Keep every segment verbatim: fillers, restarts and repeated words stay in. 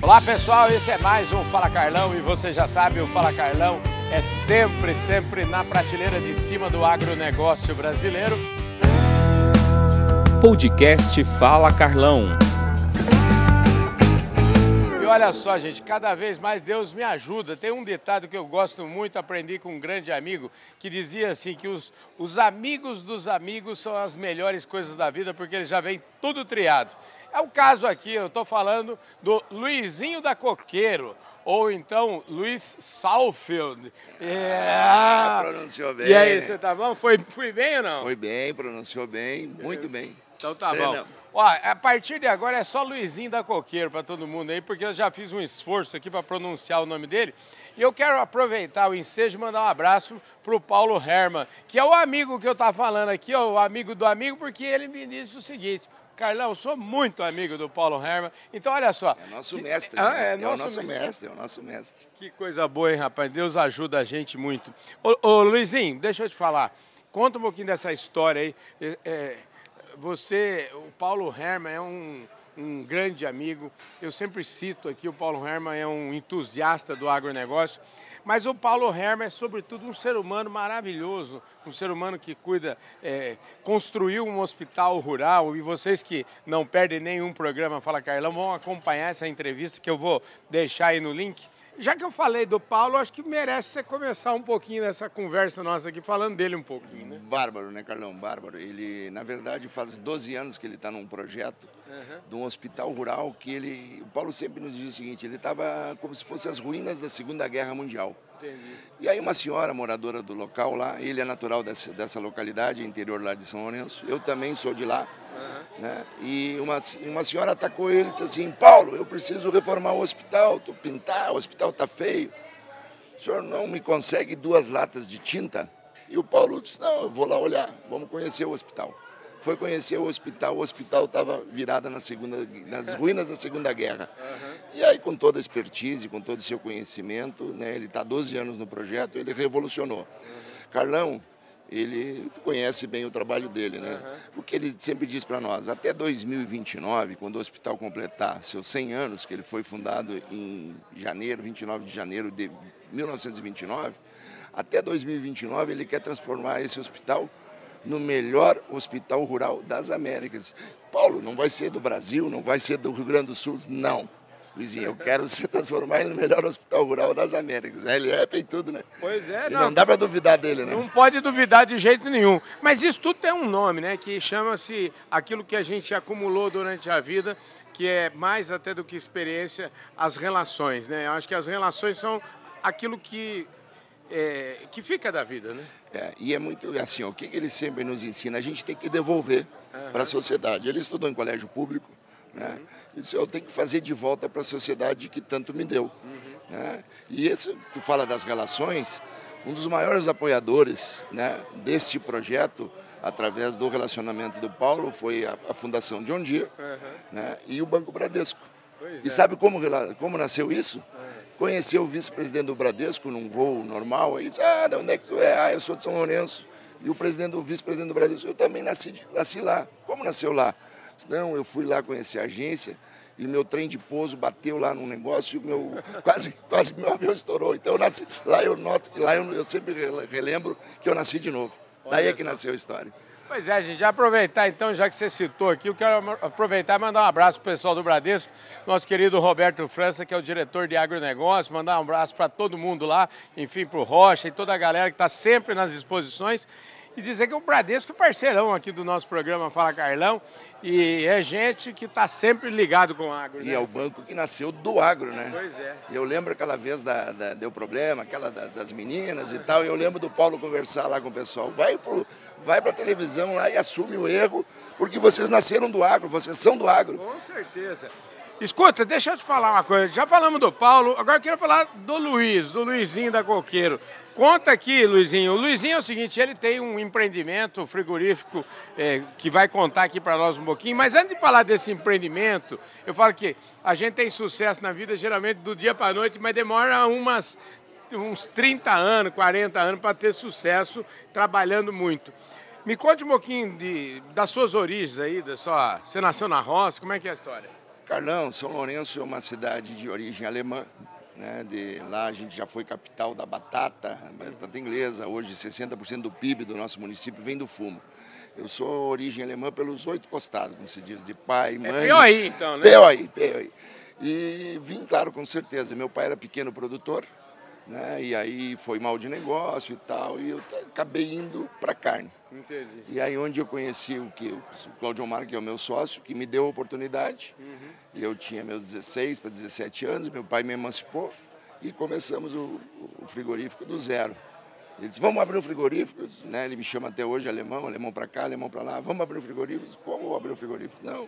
Olá pessoal, esse é mais um Fala Carlão e você já sabe, o Fala Carlão é sempre, sempre na prateleira de cima do agronegócio brasileiro. Podcast Fala Carlão. E olha só, gente, cada vez mais Deus me ajuda. Tem um ditado que eu gosto muito, aprendi com um grande amigo, que dizia assim, que os, os amigos dos amigos são as melhores coisas da vida, porque eles já vêm tudo triado. É o caso aqui, eu estou falando do Luizinho da Coqueiro, ou então Luiz Salfield. Yeah. Ah, pronunciou bem. E aí, você tá bom? Foi, fui bem ou não? Foi bem, pronunciou bem, muito bem. Então tá bom. Ó, a partir de agora é só Luizinho da Coqueiro para todo mundo aí, porque eu já fiz um esforço aqui para pronunciar o nome dele. E eu quero aproveitar o ensejo e mandar um abraço para o Paulo Herman, que é o amigo que eu estava falando aqui, ó, o amigo do amigo, porque ele me disse o seguinte: Carlão, eu sou muito amigo do Paulo Herman, então olha só. É nosso mestre, ah, né? é, é nosso o nosso mestre. mestre, é o nosso mestre. Que coisa boa, hein, rapaz? Deus ajuda a gente muito. Ô, ô Luizinho, deixa eu te falar, conta um pouquinho dessa história aí. É, é, você, o Paulo Herman é um, um grande amigo, eu sempre cito aqui, o Paulo Herman é um entusiasta do agronegócio, mas o Paulo Herman é, sobretudo, um ser humano maravilhoso, um ser humano que cuida, é, construiu um hospital rural, e vocês que não perdem nenhum programa Fala Carlão vão acompanhar essa entrevista que eu vou deixar aí no link. Já que eu falei do Paulo, acho que merece você começar um pouquinho nessa conversa nossa aqui, falando dele um pouquinho, né? Bárbaro, né, Carlão? Bárbaro. Ele, na verdade, faz doze anos que ele está num projeto uhum. de um hospital rural que ele... O Paulo sempre nos diz o seguinte, ele estava como se fosse as ruínas da Segunda Guerra Mundial. Entendi. E aí uma senhora moradora do local lá, ele é natural dessa, dessa localidade, interior lá de São Lourenço, eu também sou de lá. Uhum. Né? E uma, uma senhora atacou ele e disse assim: Paulo, eu preciso reformar o hospital, tô pintar, o hospital está feio. O senhor não me consegue duas latas de tinta? E o Paulo disse: não, eu vou lá olhar, vamos conhecer o hospital. Foi conhecer o hospital, o hospital estava virado na segunda, nas ruínas da Segunda Guerra. Uhum. E aí, com toda a expertise, com todo o seu conhecimento, né, ele está há doze anos no projeto, ele revolucionou. Uhum. Carlão, ele conhece bem o trabalho dele, né? Uhum. O que ele sempre diz para nós, até dois mil e vinte e nove, quando o hospital completar seus cem anos, que ele foi fundado em janeiro, vinte e nove de janeiro de mil novecentos e vinte e nove, até dois mil e vinte e nove ele quer transformar esse hospital no melhor hospital rural das Américas. Paulo, não vai ser do Brasil, não vai ser do Rio Grande do Sul, não. Luizinho, eu quero se transformar ele no melhor hospital rural das Américas. Ele é e tudo, né? Pois é, não. não. Não dá para duvidar dele, né? Não pode duvidar de jeito nenhum. Mas isso tudo tem um nome, né? Que chama-se aquilo que a gente acumulou durante a vida, que é mais até do que experiência, as relações, né? Eu acho que as relações são aquilo que, é, que fica da vida, né? É, e é muito assim, ó, o que ele sempre nos ensina? A gente tem que devolver uhum. para a sociedade. Ele estudou em colégio público, né? Uhum. Isso eu tenho que fazer de volta para a sociedade que tanto me deu. Uhum. Né? E esse, tu fala das relações, um dos maiores apoiadores, né, deste projeto, através do relacionamento do Paulo, foi a, a Fundação John Deere, uhum. né, e o Banco Bradesco. Pois e é. Sabe como, como nasceu isso? Uhum. Conheceu o vice-presidente do Bradesco num voo normal, aí disse: ah, de onde é que tu é? Ah, eu sou de São Lourenço. E o presidente, o vice-presidente do Bradesco: eu também nasci, nasci lá. Como nasceu lá? Não, eu fui lá conhecer a agência e meu trem de pouso bateu lá num negócio e meu, quase, quase meu avião estourou. Então eu nasci, lá eu noto, lá eu, eu sempre relembro que eu nasci de novo. Olha Daí é que só. Nasceu a história. Pois é, gente, já aproveitar então, já que você citou aqui, eu quero aproveitar e mandar um abraço pro pessoal do Bradesco, nosso querido Roberto França, que é o diretor de agronegócio, mandar um abraço para todo mundo lá, enfim, pro Rocha e toda a galera que está sempre nas exposições. E dizer que o Bradesco é parceirão aqui do nosso programa Fala Carlão e é gente que está sempre ligado com o agro. E né? é o banco que nasceu do agro, né? Pois é. Eu lembro aquela vez da, da, deu problema, aquela da, das meninas e tal, e eu lembro do Paulo conversar lá com o pessoal. Vai pro, vai para a televisão lá e assume o erro, porque vocês nasceram do agro, vocês são do agro. Com certeza. Escuta, deixa eu te falar uma coisa. Já falamos do Paulo, agora eu quero falar do Luiz, do Luizinho da Coqueiro. Conta aqui, Luizinho. O Luizinho é o seguinte, ele tem um empreendimento frigorífico é, que vai contar aqui para nós um pouquinho, mas antes de falar desse empreendimento, eu falo que a gente tem sucesso na vida geralmente do dia para a noite, mas demora umas, uns trinta anos, quarenta anos para ter sucesso trabalhando muito. Me conte um pouquinho de, das suas origens aí, da sua, você nasceu na roça, como é que é a história? Carlão, São Lourenço é uma cidade de origem alemã. Né, de, lá a gente já foi capital da batata, batata inglesa. Hoje sessenta por cento do P I B do nosso município vem do fumo. Eu sou origem alemã pelos oito costados, como se diz, de pai, mãe. É P O I então, né? P O I, P O I. E vim, claro, com certeza. Meu pai era pequeno produtor, né, e aí foi mal de negócio e tal, e eu acabei indo para carne. Entendi. E aí onde eu conheci o que o Cláudio Omar, que é o meu sócio, que me deu a oportunidade. Uhum. Eu tinha meus dezesseis para dezessete anos, meu pai me emancipou e começamos o, o frigorífico do zero. Ele disse, vamos abrir um frigorífico, né? Ele me chama até hoje, alemão, alemão para cá, alemão para lá, vamos abrir um frigorífico. Disse, como eu vou abrir um frigorífico? Não,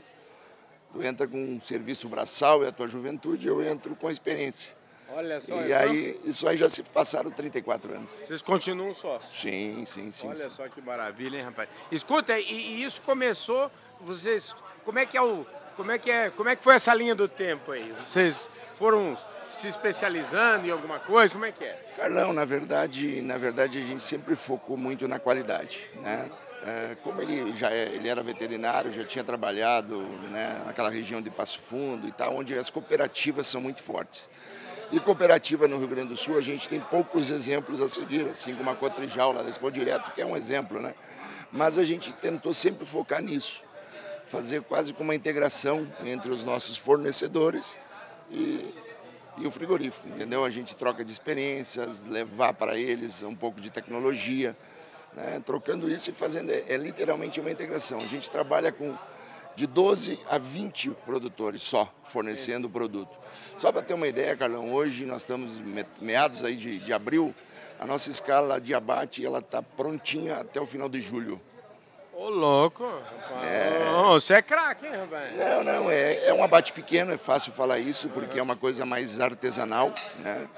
tu entra com um serviço braçal e a tua juventude, eu entro com a experiência. Olha só. E então... aí, isso aí já se passaram trinta e quatro anos. Vocês continuam só? Sim, sim, sim. Olha sim. só que maravilha, hein, rapaz? Escuta, e, e isso começou, vocês, como é que é o, como é que é, como é que foi essa linha do tempo aí? Vocês foram se especializando em alguma coisa, como é que é? Carlão, na verdade, na verdade a gente sempre focou muito na qualidade, né? É, como ele já é, ele era veterinário, já tinha trabalhado, né, naquela região de Passo Fundo e tal, onde as cooperativas são muito fortes. E cooperativa no Rio Grande do Sul, a gente tem poucos exemplos a seguir, assim como a Cotrijal lá da Expo Direto, que é um exemplo, né? Mas a gente tentou sempre focar nisso, fazer quase como uma integração entre os nossos fornecedores e, e o frigorífico, entendeu? A gente troca de experiências, levar para eles um pouco de tecnologia, né? Trocando isso e fazendo, é, é literalmente uma integração. A gente trabalha com de doze a vinte produtores só fornecendo o produto. Só para ter uma ideia, Carlão, hoje nós estamos meados aí de, de abril, a nossa escala de abate ela está prontinha até o final de julho. Ô, louco, rapaz. É... Oh, você é craque, hein, rapaz? Não, não, é, é um abate pequeno, é fácil falar isso, porque é uma coisa mais artesanal, né?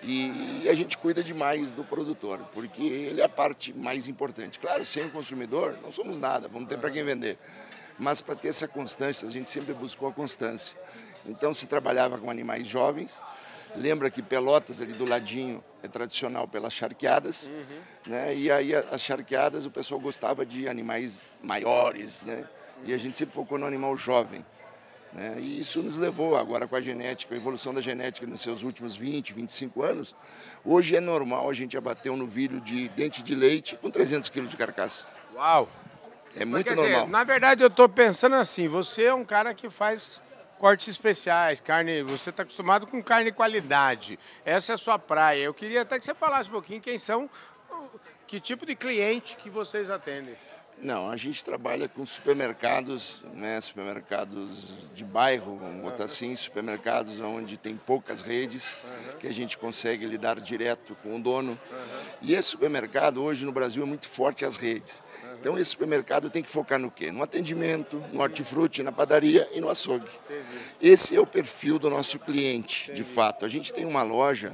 E, e a gente cuida demais do produtor, porque ele é a parte mais importante. Claro, sem o consumidor não somos nada, vamos ter para quem vender. Mas para ter essa constância, a gente sempre buscou a constância. Então se trabalhava com animais jovens. Lembra que Pelotas, ali do ladinho, é tradicional pelas charqueadas. Uhum. Né? E aí as charqueadas o pessoal gostava de animais maiores, né? E a gente sempre focou no animal jovem. Né? E isso nos levou agora com a genética, a evolução da genética nos seus últimos vinte, vinte e cinco anos. Hoje é normal a gente abater um novilho de dente de leite com trezentos quilos de carcaça. Uau! É muito Mas, normal. Dizer, na verdade, eu estou pensando assim, você é um cara que faz cortes especiais, carne, você está acostumado com carne de qualidade. Essa é a sua praia. Eu queria até que você falasse um pouquinho quem são, que tipo de cliente que vocês atendem. Não, a gente trabalha com supermercados, né, supermercados de bairro, vamos botar assim, supermercados onde tem poucas redes, uhum. que a gente consegue lidar direto com o dono. Uhum. E esse supermercado, hoje no Brasil, é muito forte as redes. Uhum. Então esse supermercado tem que focar no quê? No atendimento, no hortifruti, na padaria e no açougue. Entendi. Esse é o perfil do nosso cliente, Entendi. De fato. A gente tem uma loja,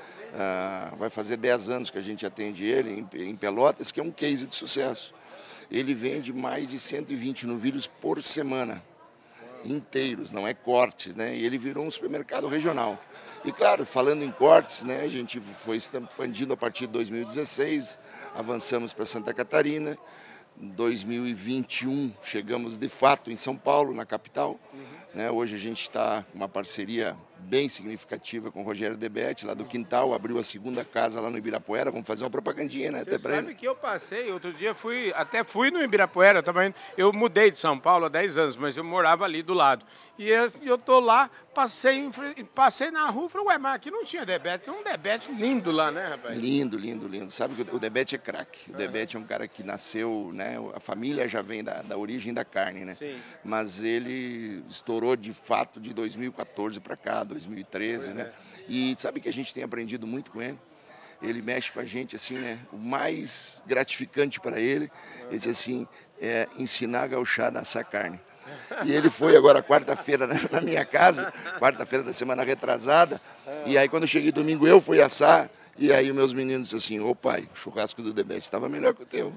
uh, vai fazer dez anos que a gente atende ele, em, em Pelotas, que é um case de sucesso. Ele vende mais de cento e vinte novilhos por semana, inteiros, não é cortes, né? E ele virou um supermercado regional. E claro, falando em cortes, né, a gente foi expandindo a partir de dois mil e dezesseis, avançamos para Santa Catarina, em dois mil e vinte e um chegamos de fato em São Paulo, na capital. Uhum. Né? Hoje a gente está com uma parceria bem significativa com o Rogério Debete, lá do Quintal, abriu a segunda casa lá no Ibirapuera, vamos fazer uma propagandinha, né? Você sabe que eu passei, outro dia fui, até fui no Ibirapuera, eu, tava indo, eu mudei de São Paulo há dez anos, mas eu morava ali do lado. E eu, eu tô lá, passei, passei na rua e falei, ué, mas aqui não tinha Debete, tem um Debete lindo lá, né, rapaz? Lindo, lindo, lindo. Sabe que o Debete é craque, o uhum. Debete é um cara que nasceu, né, a família já vem da, da origem da carne, né? Sim. Mas ele estourou de fato de dois mil e quatorze para cá, dois mil e treze, pois né? É. E sabe que a gente tem aprendido muito com ele? Ele mexe com a gente, assim, né? O mais gratificante para ele, ele diz assim, é ensinar a gauchada a assar carne. E ele foi agora quarta-feira na minha casa, quarta-feira da semana retrasada, e aí quando eu cheguei domingo eu fui assar, e aí meus meninos disseram assim, ô pai, o churrasco do Debete estava melhor que o teu.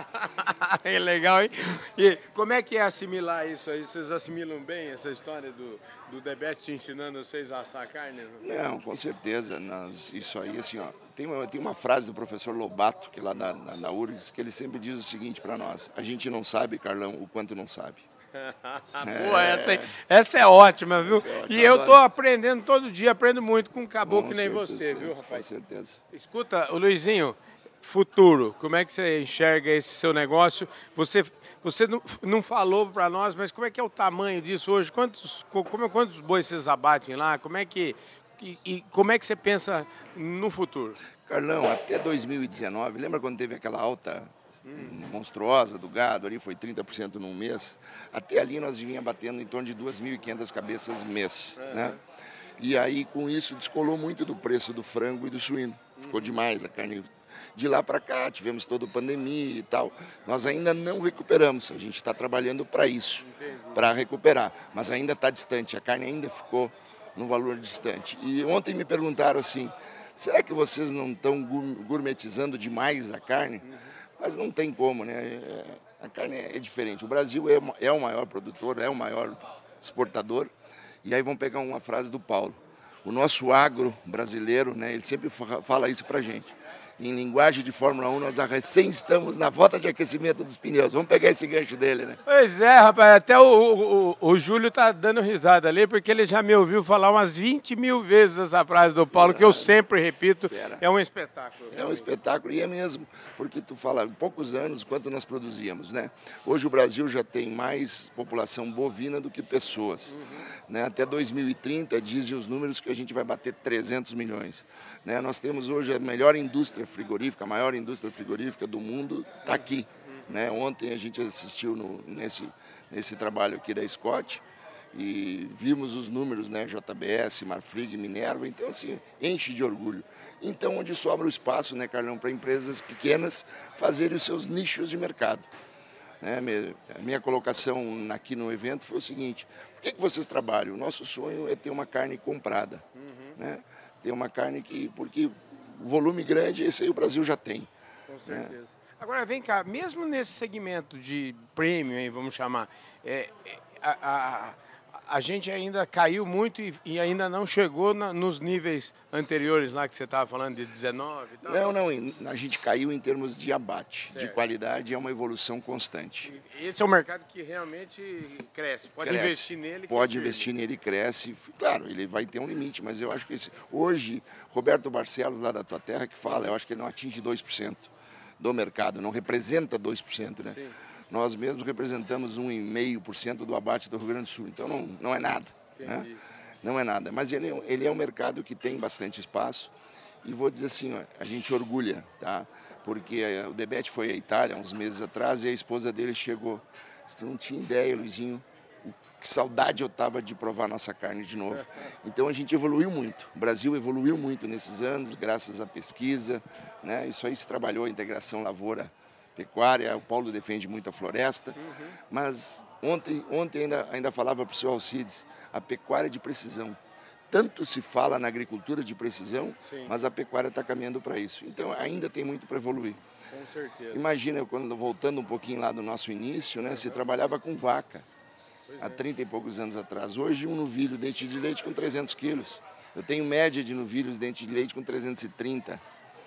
É legal, hein? E como é que é assimilar isso aí? Vocês assimilam bem essa história do, do Debete te ensinando vocês a assar carne? Não, com certeza. Nós, isso aí, assim, ó, tem uma, tem uma frase do professor Lobato, que é lá na, na, na U R G S, que ele sempre diz o seguinte para nós, a gente não sabe, Carlão, o quanto não sabe. Boa, é. essa, essa é ótima, viu? É ótima, e eu tô aprendendo todo dia, aprendo muito com um caboclo que nem certeza, você, viu, rapaz? Com certeza. Escuta, o Luizinho, futuro, como é que você enxerga esse seu negócio? Você, você não, não falou para nós, mas como é que é o tamanho disso hoje? Quantos, como, quantos bois vocês abatem lá? Como é que, e, e como é que você pensa no futuro? Carlão, até dois mil e dezenove, lembra quando teve aquela alta hum. monstruosa do gado, ali foi trinta por cento num mês? Até ali nós vinha batendo em torno de duas mil e quinhentas cabeças mês, uhum. né? E aí com isso descolou muito do preço do frango e do suíno, ficou uhum. demais a carne. De lá para cá, tivemos toda a pandemia e tal. Nós ainda não recuperamos, a gente está trabalhando para isso, para recuperar. Mas ainda está distante, a carne ainda ficou num valor distante. E ontem me perguntaram assim, será que vocês não estão gourmetizando demais a carne? Mas não tem como, né? A carne é diferente. O Brasil é o maior produtor, é o maior exportador. E aí vamos pegar uma frase do Paulo. O nosso agro brasileiro, né, ele sempre fala isso para a gente. Em linguagem de Fórmula um, nós recém estamos na volta de aquecimento dos pneus. Vamos pegar esse gancho dele, né? Pois é, rapaz. Até o, o, o Júlio tá dando risada ali, porque ele já me ouviu falar umas vinte mil vezes essa frase do Paulo, Fera. que eu sempre repito. Fera. É um espetáculo. É um espetáculo, e é mesmo, porque tu fala, em poucos anos, quanto nós produzíamos, né? Hoje o Brasil já tem mais população bovina do que pessoas. Uhum. Né? Até dois mil e trinta, dizem os números que a gente vai bater trezentos milhões. Né? Nós temos hoje a melhor indústria frigorífica, a maior indústria frigorífica do mundo está aqui. Né? Ontem a gente assistiu no, nesse, nesse trabalho aqui da Scott e vimos os números, né? J B S, Marfrig, Minerva, então assim, enche de orgulho. Então onde sobra o espaço, né, Carlão, para empresas pequenas fazerem os seus nichos de mercado. Né? A minha colocação aqui no evento foi o seguinte, por que, que vocês trabalham? O nosso sonho é ter uma carne comprada, uhum. né? Ter uma carne que, porque volume grande, esse aí o Brasil já tem. Com certeza. Né? Agora, vem cá, mesmo nesse segmento de premium, aí, vamos chamar, é, a, a, a gente ainda caiu muito e, e ainda não chegou na, nos níveis anteriores lá que você estava falando, de dezenove e tal? Não, não, a gente caiu em termos de abate, certo. De qualidade, é uma evolução constante. Esse é um mercado que realmente cresce, pode cresce. investir nele? Pode investir nele, cresce, claro, ele vai ter um limite, mas eu acho que esse, hoje, Roberto Barcelos, lá da tua terra, que fala, eu acho que ele não atinge dois por cento do mercado, não representa dois por cento, né? Sim. Nós mesmos representamos um vírgula cinco por cento do abate do Rio Grande do Sul, então não, não é nada. Né? Não é nada, mas ele, ele é um mercado que tem bastante espaço e vou dizer assim, ó, a gente orgulha, tá? Porque o Debete foi à Itália uns meses atrás e a esposa dele chegou. Você não tinha ideia, Luizinho, que saudade eu estava de provar nossa carne de novo. Então a gente evoluiu muito, o Brasil evoluiu muito nesses anos, graças à pesquisa, né? Isso aí se trabalhou, a integração lavoura pecuária, o Paulo defende muito a floresta, uhum. mas ontem, ontem ainda, ainda falava para o senhor Alcides, a pecuária de precisão. Tanto se fala na agricultura de precisão, Sim. mas a pecuária está caminhando para isso. Então ainda tem muito para evoluir. Com certeza. Imagina, quando, voltando um pouquinho lá do nosso início, né, se trabalhava com vaca, pois há é. trinta e poucos anos atrás. Hoje um novilho dente de leite com trezentos quilos. Eu tenho média de novilhos dente de leite com trezentos e trinta.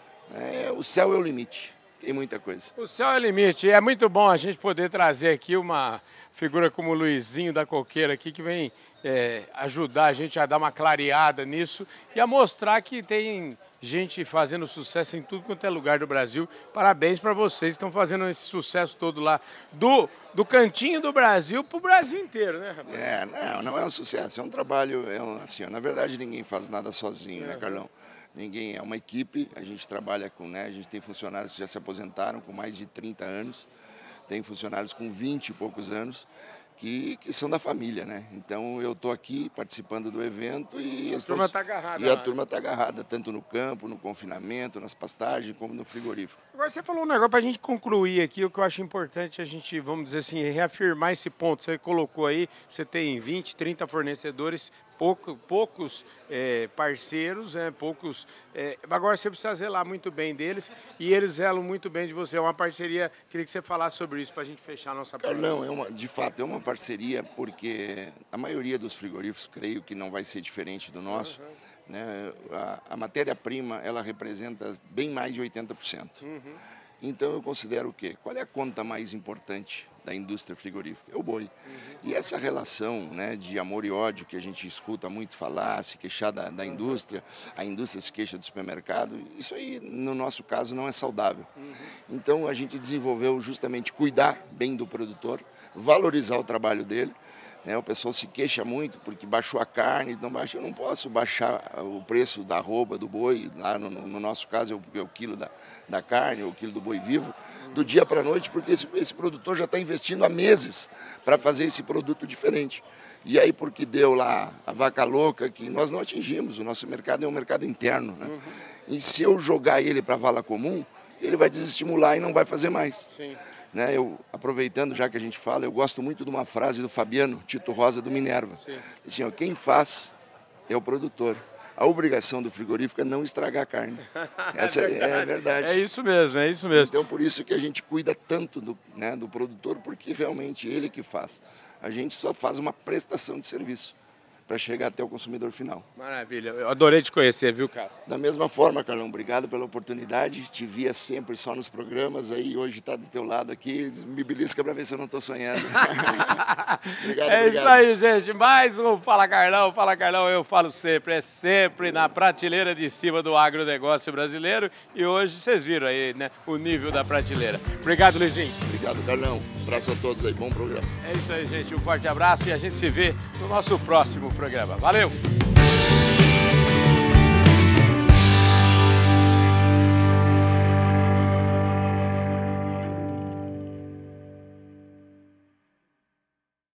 É, o céu é o limite. Tem muita coisa. O céu é o limite. É muito bom a gente poder trazer aqui uma figura como o Luizinho da Coqueira aqui, que vem é, ajudar a gente a dar uma clareada nisso e a mostrar que tem gente fazendo sucesso em tudo quanto é lugar do Brasil. Parabéns para vocês que estão fazendo esse sucesso todo lá, do, do cantinho do Brasil para o Brasil inteiro, né, rapaz? É, não, não é um sucesso, é um trabalho, é um, assim, ó, na verdade ninguém faz nada sozinho, é. né, Carlão? Ninguém, é uma equipe, a gente trabalha com, né, a gente tem funcionários que já se aposentaram com mais de trinta anos, tem funcionários com vinte e poucos anos, que, que são da família, né? Então eu estou aqui participando do evento e a turma está agarrada. E a turma está agarrada, tanto no campo, no confinamento, nas pastagens, como no frigorífico. Agora você falou um negócio para a gente concluir aqui, o que eu acho importante a gente, vamos dizer assim, reafirmar esse ponto. Você colocou aí, você tem vinte, trinta fornecedores, pouco, poucos é, parceiros, é, poucos. É, agora você precisa zelar muito bem deles e eles zelam muito bem de você. É uma parceria, queria que você falasse sobre isso para a gente fechar a nossa parte. Não, é uma, de fato é uma parceria, porque a maioria dos frigoríficos, creio que não vai ser diferente do nosso. Uhum. Né? A, a matéria-prima, ela representa bem mais de oitenta por cento. Uhum. Então eu considero o quê? Qual é a conta mais importante da indústria frigorífica? É o boi. Uhum. E essa relação, né, de amor e ódio que a gente escuta muito falar, se queixar da, da indústria, a indústria se queixa do supermercado, isso aí, no nosso caso, não é saudável. Uhum. Então a gente desenvolveu justamente cuidar bem do produtor, valorizar o trabalho dele. Né, o pessoal se queixa muito porque baixou a carne, então baixa. Eu não posso baixar o preço da arroba do boi, lá no, no nosso caso é o, é o quilo da, da carne, ou o quilo do boi vivo, do dia para a noite, porque esse, esse produtor já está investindo há meses para fazer esse produto diferente. E aí porque deu lá a vaca louca, que nós não atingimos, o nosso mercado é um mercado interno. Né? Uhum. E se eu jogar ele para a vala comum, ele vai desestimular e não vai fazer mais. Sim. Né, eu, aproveitando já que a gente fala, eu gosto muito de uma frase do Fabiano Tito Rosa do Minerva. Sim. Assim, ó, quem faz é o produtor. A obrigação do frigorífico é não estragar a carne. Essa é, verdade. é a verdade. É isso mesmo, é isso mesmo. Então por isso que a gente cuida tanto do, né, do produtor, porque realmente ele que faz. A gente só faz uma prestação de serviço para chegar até o consumidor final. Maravilha, eu adorei te conhecer, viu, cara? Da mesma forma, Carlão, obrigado pela oportunidade, te via sempre só nos programas, aí hoje está do teu lado aqui, me belisca para ver se eu não estou sonhando. Obrigado, é obrigado. Isso aí, gente, mais um Fala Carlão, Fala Carlão, eu falo sempre, é sempre na prateleira de cima do agronegócio brasileiro, e hoje vocês viram aí, né, o nível da prateleira. Obrigado, Luizinho. Obrigado, Carlão, um abraço a todos aí, bom programa. É isso aí, gente, um forte abraço e a gente se vê no nosso próximo programa. Valeu!